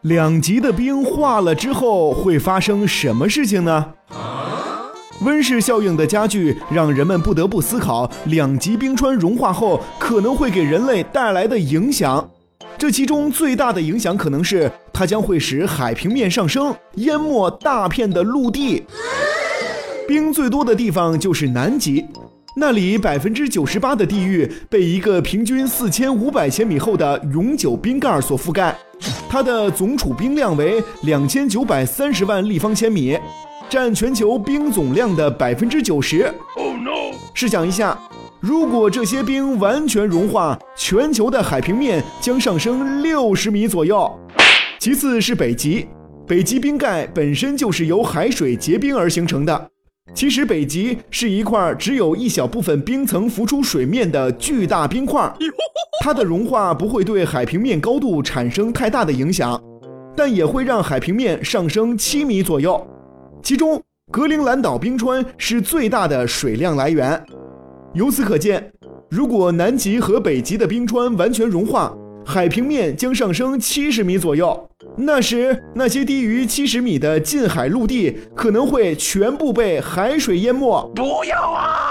2极的冰化了之后会发生什么事情呢？温室效应的加剧让人们不得不思考2极冰川融化后可能会给人类带来的影响。这其中最大的影响可能是它将会使海平面上升，淹没大片的陆地。冰最多的地方就是南极，那里98%的地域被一个平均4500千米厚的永久冰盖所覆盖，它的总储冰量为2930万立方千米，占全球冰总量的90%。试想一下，如果这些冰完全融化，全球的海平面将上升60米左右。其次是北极，北极冰盖本身就是由海水结冰而形成的。其实北极是一块只有一小部分冰层浮出水面的巨大冰块，它的融化不会对海平面高度产生太大的影响，但也会让海平面上升7米左右。其中格陵兰岛冰川是最大的水量来源。由此可见，如果南极和北极的冰川完全融化，海平面将上升70米左右，那时那些低于70米的近海陆地可能会全部被海水淹没。 不要啊！